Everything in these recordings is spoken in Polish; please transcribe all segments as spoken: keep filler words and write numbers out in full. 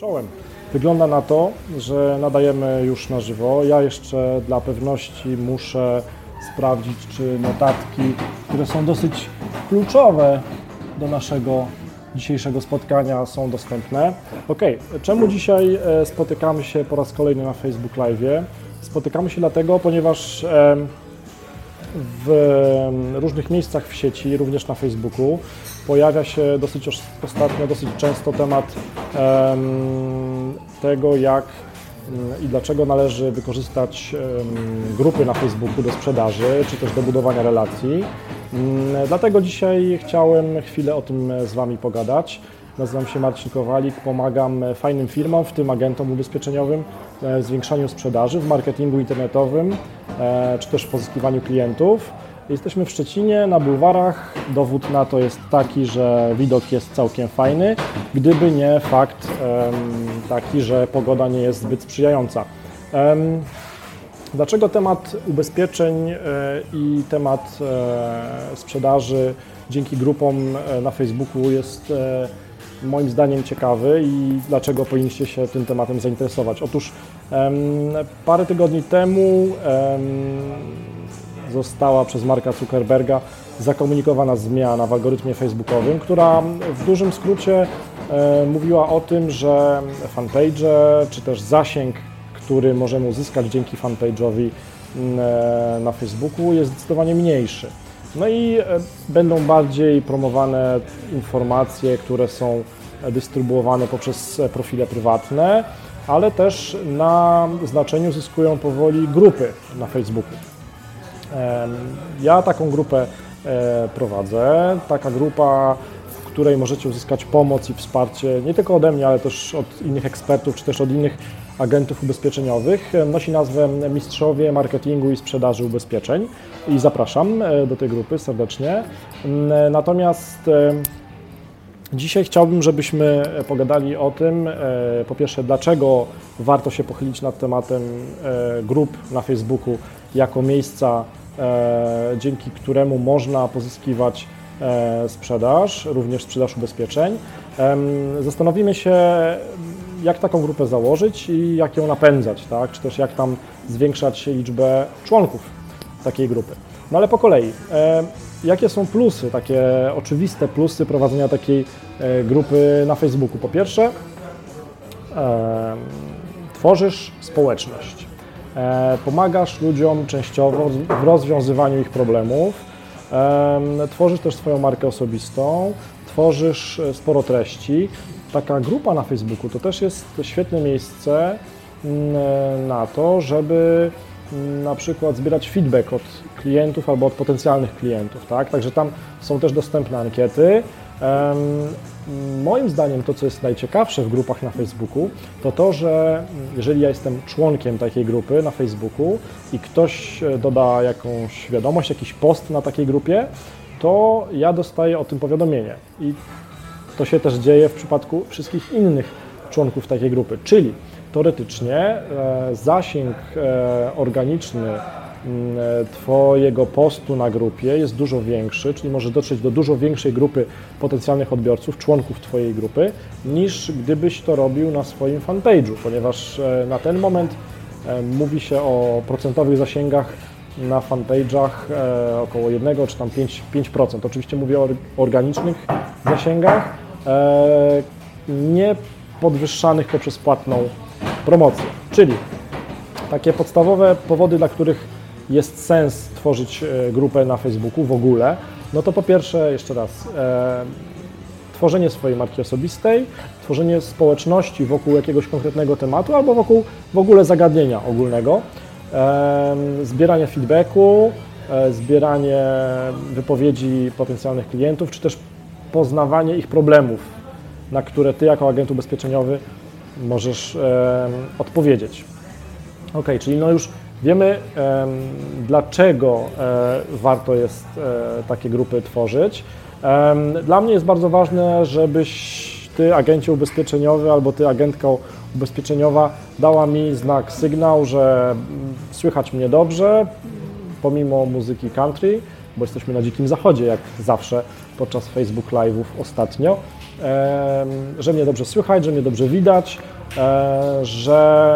Czołem. Wygląda na to, że nadajemy już na żywo. Ja jeszcze dla pewności muszę sprawdzić, czy notatki, które są dosyć kluczowe do naszego dzisiejszego spotkania, są dostępne. Ok, czemu dzisiaj spotykamy się po raz kolejny na Facebook Live? Spotykamy się dlatego, ponieważ w różnych miejscach w sieci, również na Facebooku, pojawia się dosyć ostatnio, dosyć często temat um, tego, jak um, i dlaczego należy wykorzystać um, grupy na Facebooku do sprzedaży, czy też do budowania relacji. Um, dlatego dzisiaj chciałem chwilę o tym z Wami pogadać. Nazywam się Marcin Kowalik, pomagam fajnym firmom, w tym agentom ubezpieczeniowym, w zwiększaniu sprzedaży, w marketingu internetowym, czy też w pozyskiwaniu klientów. Jesteśmy w Szczecinie, na bulwarach. Dowód na to jest taki, że widok jest całkiem fajny, gdyby nie fakt taki, że pogoda nie jest zbyt sprzyjająca. Dlaczego temat ubezpieczeń i temat sprzedaży dzięki grupom na Facebooku jest moim zdaniem ciekawy i dlaczego powinniście się tym tematem zainteresować? Otóż um, parę tygodni temu um, została przez Marka Zuckerberga zakomunikowana zmiana w algorytmie facebookowym, która w dużym skrócie um, mówiła o tym, że fanpage, czy też zasięg, który możemy uzyskać dzięki fanpage'owi um, na Facebooku, jest zdecydowanie mniejszy. No i będą bardziej promowane informacje, które są dystrybuowane poprzez profile prywatne, ale też na znaczeniu zyskują powoli grupy na Facebooku. Ja taką grupę prowadzę, taka grupa, w której możecie uzyskać pomoc i wsparcie nie tylko ode mnie, ale też od innych ekspertów, czy też od innych agentów ubezpieczeniowych. Nosi nazwę Mistrzowie Marketingu i Sprzedaży Ubezpieczeń i zapraszam do tej grupy serdecznie. Natomiast dzisiaj chciałbym, żebyśmy pogadali o tym, po pierwsze, dlaczego warto się pochylić nad tematem grup na Facebooku jako miejsca, dzięki któremu można pozyskiwać sprzedaż, również sprzedaż ubezpieczeń. Zastanowimy się, jak taką grupę założyć i jak ją napędzać, tak? Czy też jak tam zwiększać liczbę członków takiej grupy. No ale po kolei, e, jakie są plusy, takie oczywiste plusy prowadzenia takiej e, grupy na Facebooku? Po pierwsze, e, tworzysz społeczność, e, pomagasz ludziom częściowo w rozwiązywaniu ich problemów, e, tworzysz też swoją markę osobistą, tworzysz sporo treści. Taka grupa na Facebooku to też jest świetne miejsce na to, żeby na przykład zbierać feedback od klientów albo od potencjalnych klientów, tak? Także tam są też dostępne ankiety. Moim zdaniem to, co jest najciekawsze w grupach na Facebooku, to to, że jeżeli ja jestem członkiem takiej grupy na Facebooku i ktoś doda jakąś wiadomość, jakiś post na takiej grupie, to ja dostaję o tym powiadomienie. I to się też dzieje w przypadku wszystkich innych członków takiej grupy, czyli teoretycznie e, zasięg e, organiczny e, Twojego postu na grupie jest dużo większy, czyli może dotrzeć do dużo większej grupy potencjalnych odbiorców, członków Twojej grupy, niż gdybyś to robił na swoim fanpage'u, ponieważ e, na ten moment e, mówi się o procentowych zasięgach na fanpage'ach e, około jeden czy tam pięć procent. Oczywiście mówię o organicznych zasięgach, e, nie podwyższanych poprzez płatną promocję. Czyli takie podstawowe powody, dla których jest sens tworzyć grupę na Facebooku w ogóle, no to po pierwsze, jeszcze raz, e, tworzenie swojej marki osobistej, tworzenie społeczności wokół jakiegoś konkretnego tematu albo wokół w ogóle zagadnienia ogólnego, e, zbieranie feedbacku, e, zbieranie wypowiedzi potencjalnych klientów, czy też poznawanie ich problemów, na które Ty jako agent ubezpieczeniowy możesz e, odpowiedzieć. Ok, czyli no już wiemy, e, dlaczego e, warto jest e, takie grupy tworzyć. E, dla mnie jest bardzo ważne, żebyś Ty, agencie ubezpieczeniowy, albo Ty, agentka ubezpieczeniowa, dała mi znak, sygnał, że słychać mnie dobrze, pomimo muzyki country, bo jesteśmy na Dzikim Zachodzie, jak zawsze podczas Facebook Live'ów ostatnio, że mnie dobrze słychać, że mnie dobrze widać, że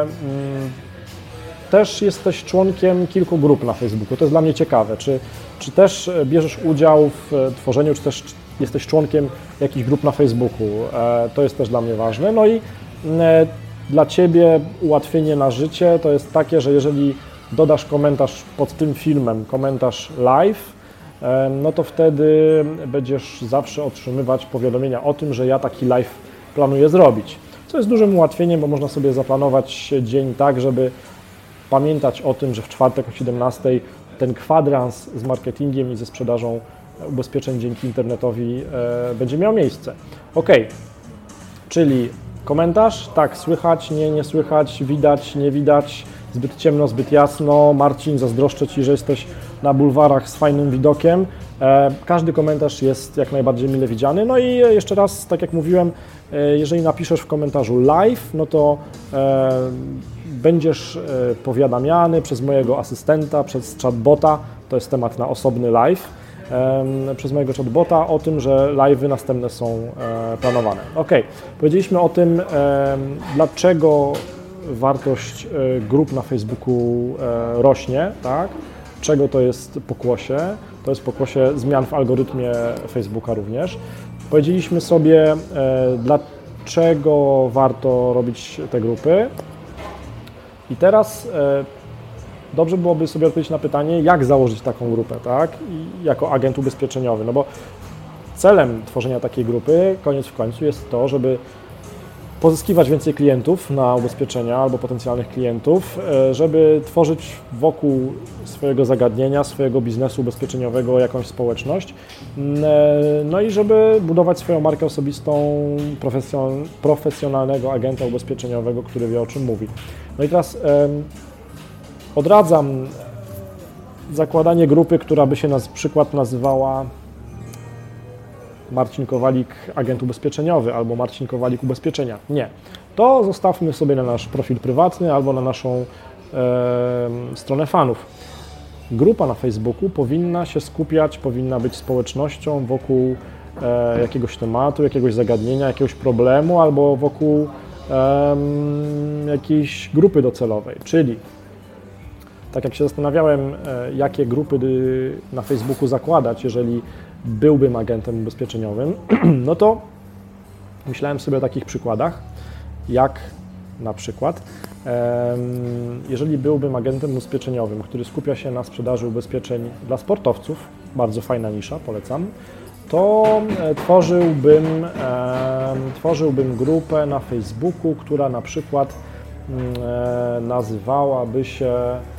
też jesteś członkiem kilku grup na Facebooku. To jest dla mnie ciekawe. Czy, czy też bierzesz udział w tworzeniu, czy też jesteś członkiem jakichś grup na Facebooku? To jest też dla mnie ważne. No i dla Ciebie ułatwienie na życie to jest takie, że jeżeli dodasz komentarz pod tym filmem, komentarz live, no to wtedy będziesz zawsze otrzymywać powiadomienia o tym, że ja taki live planuję zrobić. Co jest dużym ułatwieniem, bo można sobie zaplanować dzień tak, żeby pamiętać o tym, że w czwartek o siedemnastej ten kwadrans z marketingiem i ze sprzedażą ubezpieczeń dzięki internetowi e, będzie miał miejsce. Ok, czyli komentarz, tak, słychać, nie, nie słychać, widać, nie widać, zbyt ciemno, zbyt jasno. Marcin, zazdroszczę Ci, że jesteś na bulwarach z fajnym widokiem. E, każdy komentarz jest jak najbardziej mile widziany. No i jeszcze raz, tak jak mówiłem, e, jeżeli napiszesz w komentarzu live, no to e, będziesz e, powiadamiany przez mojego asystenta, przez chatbota, to jest temat na osobny live, e, przez mojego chatbota o tym, że live'y następne są e, planowane. Ok, powiedzieliśmy o tym, e, dlaczego wartość grup na Facebooku rośnie, tak? Czego to jest pokłosie? To jest pokłosie zmian w algorytmie Facebooka również. Powiedzieliśmy sobie, dlaczego warto robić te grupy. I teraz dobrze byłoby sobie odpowiedzieć na pytanie, jak założyć taką grupę, tak? I jako agent ubezpieczeniowy, no bo celem tworzenia takiej grupy, koniec w końcu, jest to, żeby pozyskiwać więcej klientów na ubezpieczenia albo potencjalnych klientów, żeby tworzyć wokół swojego zagadnienia, swojego biznesu ubezpieczeniowego jakąś społeczność, no i żeby budować swoją markę osobistą profesjonalnego agenta ubezpieczeniowego, który wie, o czym mówi. No i teraz odradzam zakładanie grupy, która by się na przykład nazywała Marcin Kowalik, agent ubezpieczeniowy, albo Marcin Kowalik, ubezpieczenia. Nie. To zostawmy sobie na nasz profil prywatny albo na naszą e, stronę fanów. Grupa na Facebooku powinna się skupiać, powinna być społecznością wokół e, jakiegoś tematu, jakiegoś zagadnienia, jakiegoś problemu albo wokół e, jakiejś grupy docelowej. Czyli tak jak się zastanawiałem, e, jakie grupy na Facebooku zakładać, jeżeli byłbym agentem ubezpieczeniowym, no to myślałem sobie o takich przykładach, jak na przykład, jeżeli byłbym agentem ubezpieczeniowym, który skupia się na sprzedaży ubezpieczeń dla sportowców, bardzo fajna nisza, polecam, to tworzyłbym, tworzyłbym grupę na Facebooku, która na przykład nazywałaby się,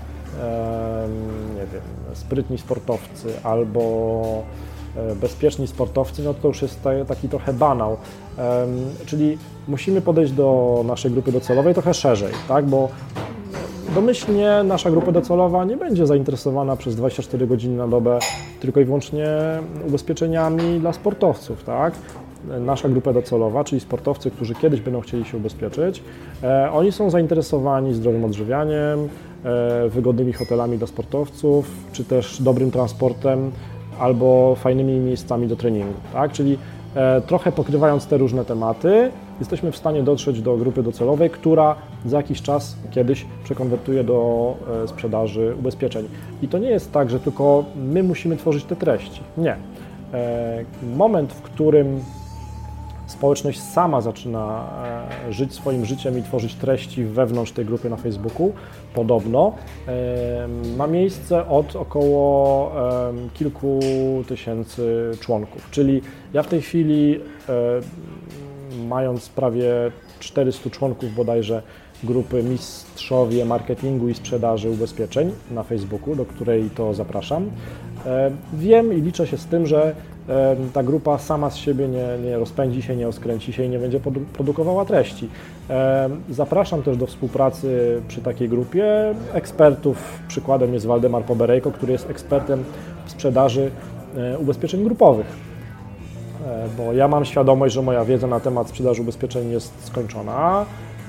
nie wiem, sprytni sportowcy albo bezpieczni sportowcy, no to już jest taki trochę banał, czyli musimy podejść do naszej grupy docelowej trochę szerzej, tak, bo domyślnie nasza grupa docelowa nie będzie zainteresowana przez dwadzieścia cztery godziny na dobę tylko i wyłącznie ubezpieczeniami dla sportowców, tak. Nasza grupa docelowa, czyli sportowcy, którzy kiedyś będą chcieli się ubezpieczyć, e, oni są zainteresowani zdrowym odżywianiem, e, wygodnymi hotelami dla sportowców, czy też dobrym transportem, albo fajnymi miejscami do treningu, tak? Czyli e, trochę pokrywając te różne tematy, jesteśmy w stanie dotrzeć do grupy docelowej, która za jakiś czas kiedyś przekonwertuje do e, sprzedaży ubezpieczeń. I to nie jest tak, że tylko my musimy tworzyć te treści. Nie. E, moment, w którym społeczność sama zaczyna e, żyć swoim życiem i tworzyć treści wewnątrz tej grupy na Facebooku, podobno, e, ma miejsce od około e, kilku tysięcy członków. Czyli ja w tej chwili, e, mając prawie czterystu członków bodajże grupy Mistrzowie Marketingu i Sprzedaży Ubezpieczeń na Facebooku, do której to zapraszam, e, wiem i liczę się z tym, że ta grupa sama z siebie nie, nie rozpędzi się, nie rozkręci się i nie będzie produkowała treści. Zapraszam też do współpracy przy takiej grupie ekspertów. Przykładem jest Waldemar Poberejko, który jest ekspertem w sprzedaży ubezpieczeń grupowych. bo ja mam świadomość, że moja wiedza na temat sprzedaży ubezpieczeń jest skończona.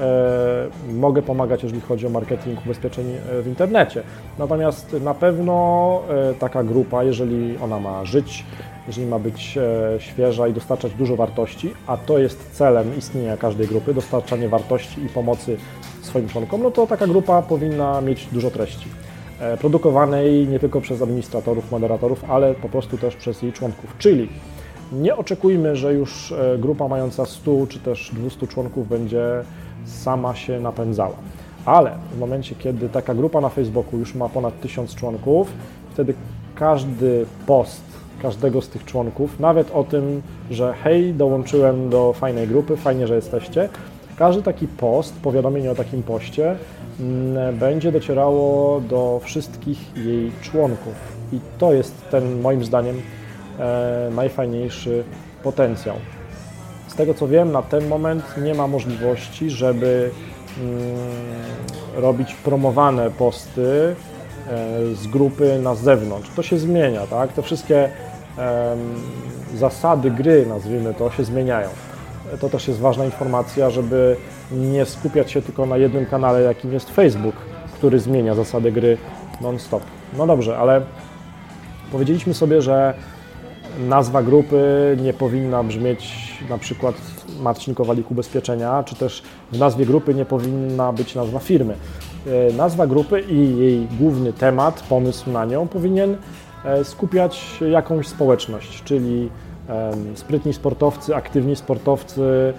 Mogę pomagać, jeżeli chodzi o marketing ubezpieczeń w internecie. Natomiast na pewno taka grupa, jeżeli ona ma żyć, jeżeli ma być świeża i dostarczać dużo wartości, a to jest celem istnienia każdej grupy, dostarczanie wartości i pomocy swoim członkom, no to taka grupa powinna mieć dużo treści. Produkowanej nie tylko przez administratorów, moderatorów, ale po prostu też przez jej członków. Czyli nie oczekujmy, że już grupa mająca stu czy też dwustu członków będzie sama się napędzała. Ale w momencie, kiedy taka grupa na Facebooku już ma ponad tysiąc członków, wtedy każdy post każdego z tych członków, nawet o tym, że hej, dołączyłem do fajnej grupy, fajnie, że jesteście, każdy taki post, powiadomienie o takim poście będzie docierało do wszystkich jej członków. I to jest ten, moim zdaniem, e, najfajniejszy potencjał. Z tego co wiem, na ten moment nie ma możliwości, żeby mm, robić promowane posty e, z grupy na zewnątrz. To się zmienia, tak? Te wszystkie e, zasady gry, nazwijmy to, się zmieniają. To też jest ważna informacja, żeby nie skupiać się tylko na jednym kanale, jakim jest Facebook, który zmienia zasady gry non-stop. No dobrze, ale powiedzieliśmy sobie, że nazwa grupy nie powinna brzmieć na przykład Marcin Kowalik Ubezpieczenia, czy też w nazwie grupy nie powinna być nazwa firmy. Nazwa grupy i jej główny temat, pomysł na nią powinien skupiać jakąś społeczność, czyli sprytni sportowcy, aktywni sportowcy,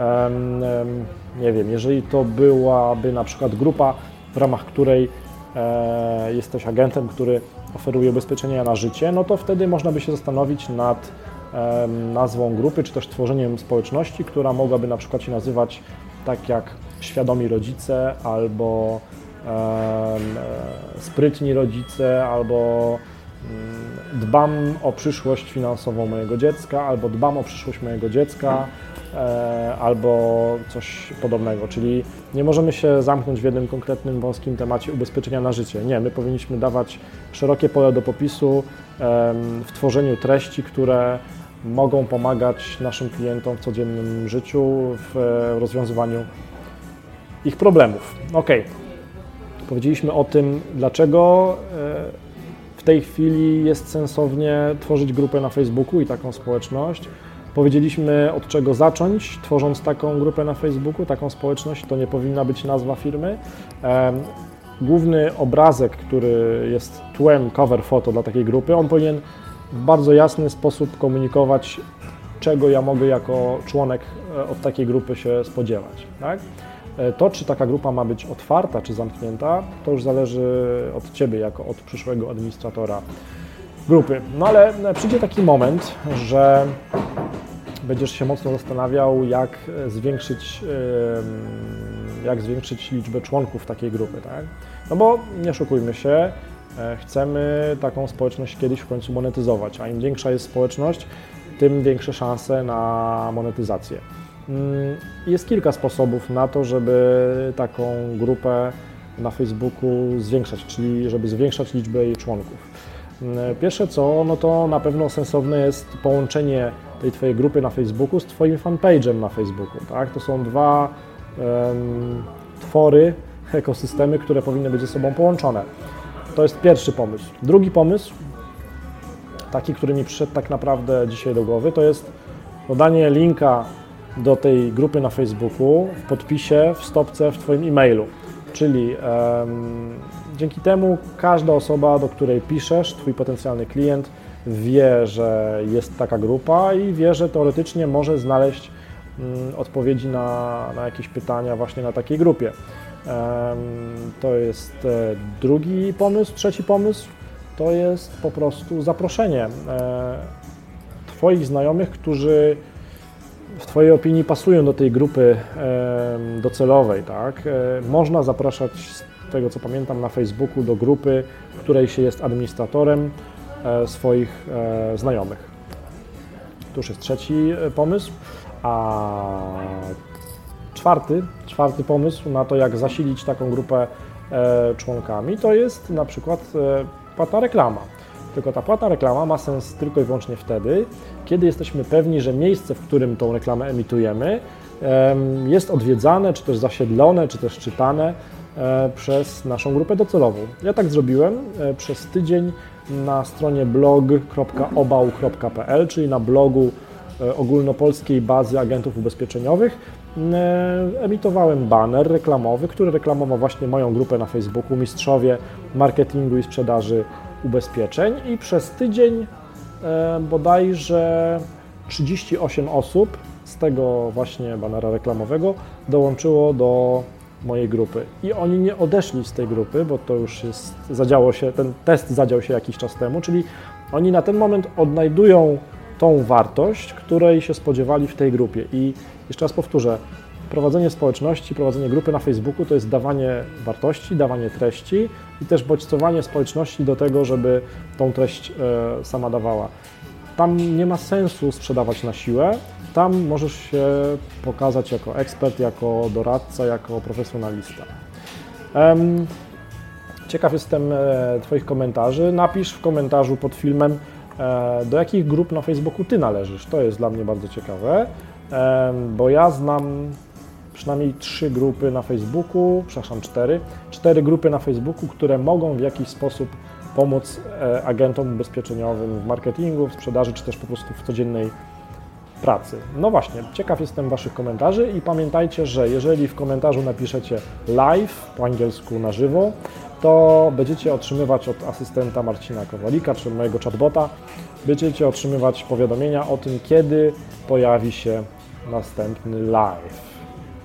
nie wiem, jeżeli to byłaby na przykład grupa, w ramach której jesteś agentem, który oferuje ubezpieczenia na życie, no to wtedy można by się zastanowić nad nazwą grupy, czy też tworzeniem społeczności, która mogłaby na przykład się nazywać tak jak Świadomi Rodzice, albo Sprytni Rodzice, albo Dbam o przyszłość finansową mojego dziecka, albo Dbam o przyszłość mojego dziecka, albo coś podobnego. Czyli nie możemy się zamknąć w jednym konkretnym, wąskim temacie ubezpieczenia na życie. Nie, my powinniśmy dawać szerokie pole do popisu w tworzeniu treści, które mogą pomagać naszym klientom w codziennym życiu, w rozwiązywaniu ich problemów. Ok, powiedzieliśmy o tym, dlaczego w tej chwili jest sensownie tworzyć grupę na Facebooku i taką społeczność. Powiedzieliśmy, od czego zacząć, tworząc taką grupę na Facebooku, taką społeczność. To nie powinna być nazwa firmy. Główny obrazek, który jest tłem, cover foto dla takiej grupy, on powinien w bardzo jasny sposób komunikować, czego ja mogę jako członek od takiej grupy się spodziewać. Tak? To, czy taka grupa ma być otwarta, czy zamknięta, to już zależy od Ciebie, jako od przyszłego administratora grupy. No ale przyjdzie taki moment, że będziesz się mocno zastanawiał, jak zwiększyć, jak zwiększyć liczbę członków takiej grupy. Tak? No bo nie oszukujmy się, chcemy taką społeczność kiedyś w końcu monetyzować, a im większa jest społeczność, tym większe szanse na monetyzację. Jest kilka sposobów na to, żeby taką grupę na Facebooku zwiększać, czyli żeby zwiększać liczbę jej członków. Pierwsze co, no to na pewno sensowne jest połączenie tej Twojej grupy na Facebooku z Twoim fanpage'em na Facebooku. Tak? To są dwa um, twory, ekosystemy, które powinny być ze sobą połączone. To jest pierwszy pomysł. Drugi pomysł, taki, który mi przyszedł tak naprawdę dzisiaj do głowy, to jest dodanie linka do tej grupy na Facebooku w podpisie, w stopce w Twoim e-mailu. Czyli um, dzięki temu każda osoba, do której piszesz, Twój potencjalny klient, wie, że jest taka grupa i wie, że teoretycznie może znaleźć um, odpowiedzi na, na jakieś pytania właśnie na takiej grupie. Um, to jest e, drugi pomysł. Trzeci pomysł to jest po prostu zaproszenie e, Twoich znajomych, którzy w Twojej opinii pasują do tej grupy e, docelowej. Tak? E, można zapraszać, z tego co pamiętam, na Facebooku do grupy, w której się jest administratorem e, swoich e, znajomych. To już jest trzeci pomysł. A czwarty, czwarty pomysł na to, jak zasilić taką grupę e, członkami, to jest na przykład e, płatna reklama. Tylko ta płatna reklama ma sens tylko i wyłącznie wtedy, kiedy jesteśmy pewni, że miejsce, w którym tą reklamę emitujemy, jest odwiedzane, czy też zasiedlone, czy też czytane przez naszą grupę docelową. Ja tak zrobiłem przez tydzień na stronie blog kropka obał kropka p l, czyli na blogu ogólnopolskiej bazy agentów ubezpieczeniowych. Emitowałem baner reklamowy, który reklamował właśnie moją grupę na Facebooku Mistrzowie Marketingu i Sprzedaży Ubezpieczeń i przez tydzień bodajże trzydzieści osiem osób z tego właśnie banera reklamowego dołączyło do mojej grupy. I oni nie odeszli z tej grupy, bo to już jest, zadziało się, ten test zadział się jakiś czas temu, czyli oni na ten moment odnajdują tą wartość, której się spodziewali w tej grupie. I jeszcze raz powtórzę, prowadzenie społeczności, prowadzenie grupy na Facebooku to jest dawanie wartości, dawanie treści i też bodźcowanie społeczności do tego, żeby tą treść e, sama dawała. Tam nie ma sensu sprzedawać na siłę, tam możesz się pokazać jako ekspert, jako doradca, jako profesjonalista. Um, ciekaw jestem e, Twoich komentarzy. Napisz w komentarzu pod filmem, e, do jakich grup na Facebooku Ty należysz. To jest dla mnie bardzo ciekawe, e, bo ja znam przynajmniej trzy grupy na Facebooku, przepraszam, cztery, cztery grupy na Facebooku, które mogą w jakiś sposób pomóc e, agentom ubezpieczeniowym w marketingu, w sprzedaży, czy też po prostu w codziennej pracy. No właśnie, ciekaw jestem Waszych komentarzy i pamiętajcie, że jeżeli w komentarzu napiszecie live, po angielsku na żywo, to będziecie otrzymywać od asystenta Marcina Kowalika, czy mojego chatbota, będziecie otrzymywać powiadomienia o tym, kiedy pojawi się następny live.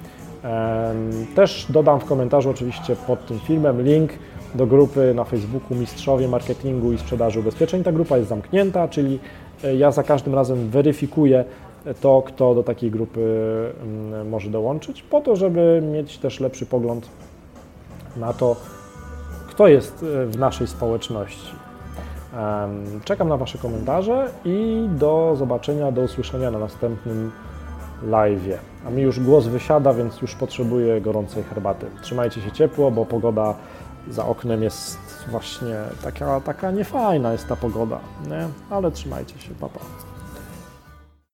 Też dodam w komentarzu oczywiście pod tym filmem link do grupy na Facebooku Mistrzowie Marketingu i Sprzedaży Ubezpieczeń. Ta grupa jest zamknięta, czyli ja za każdym razem weryfikuję to, kto do takiej grupy może dołączyć, po to, żeby mieć też lepszy pogląd na to, kto jest w naszej społeczności. Czekam na Wasze komentarze i do zobaczenia, do usłyszenia na następnym live'ie. A mi już głos wysiada, więc już potrzebuję gorącej herbaty. Trzymajcie się ciepło, bo pogoda za oknem jest właśnie taka, taka niefajna jest ta pogoda, nie? Ale trzymajcie się, pa pa.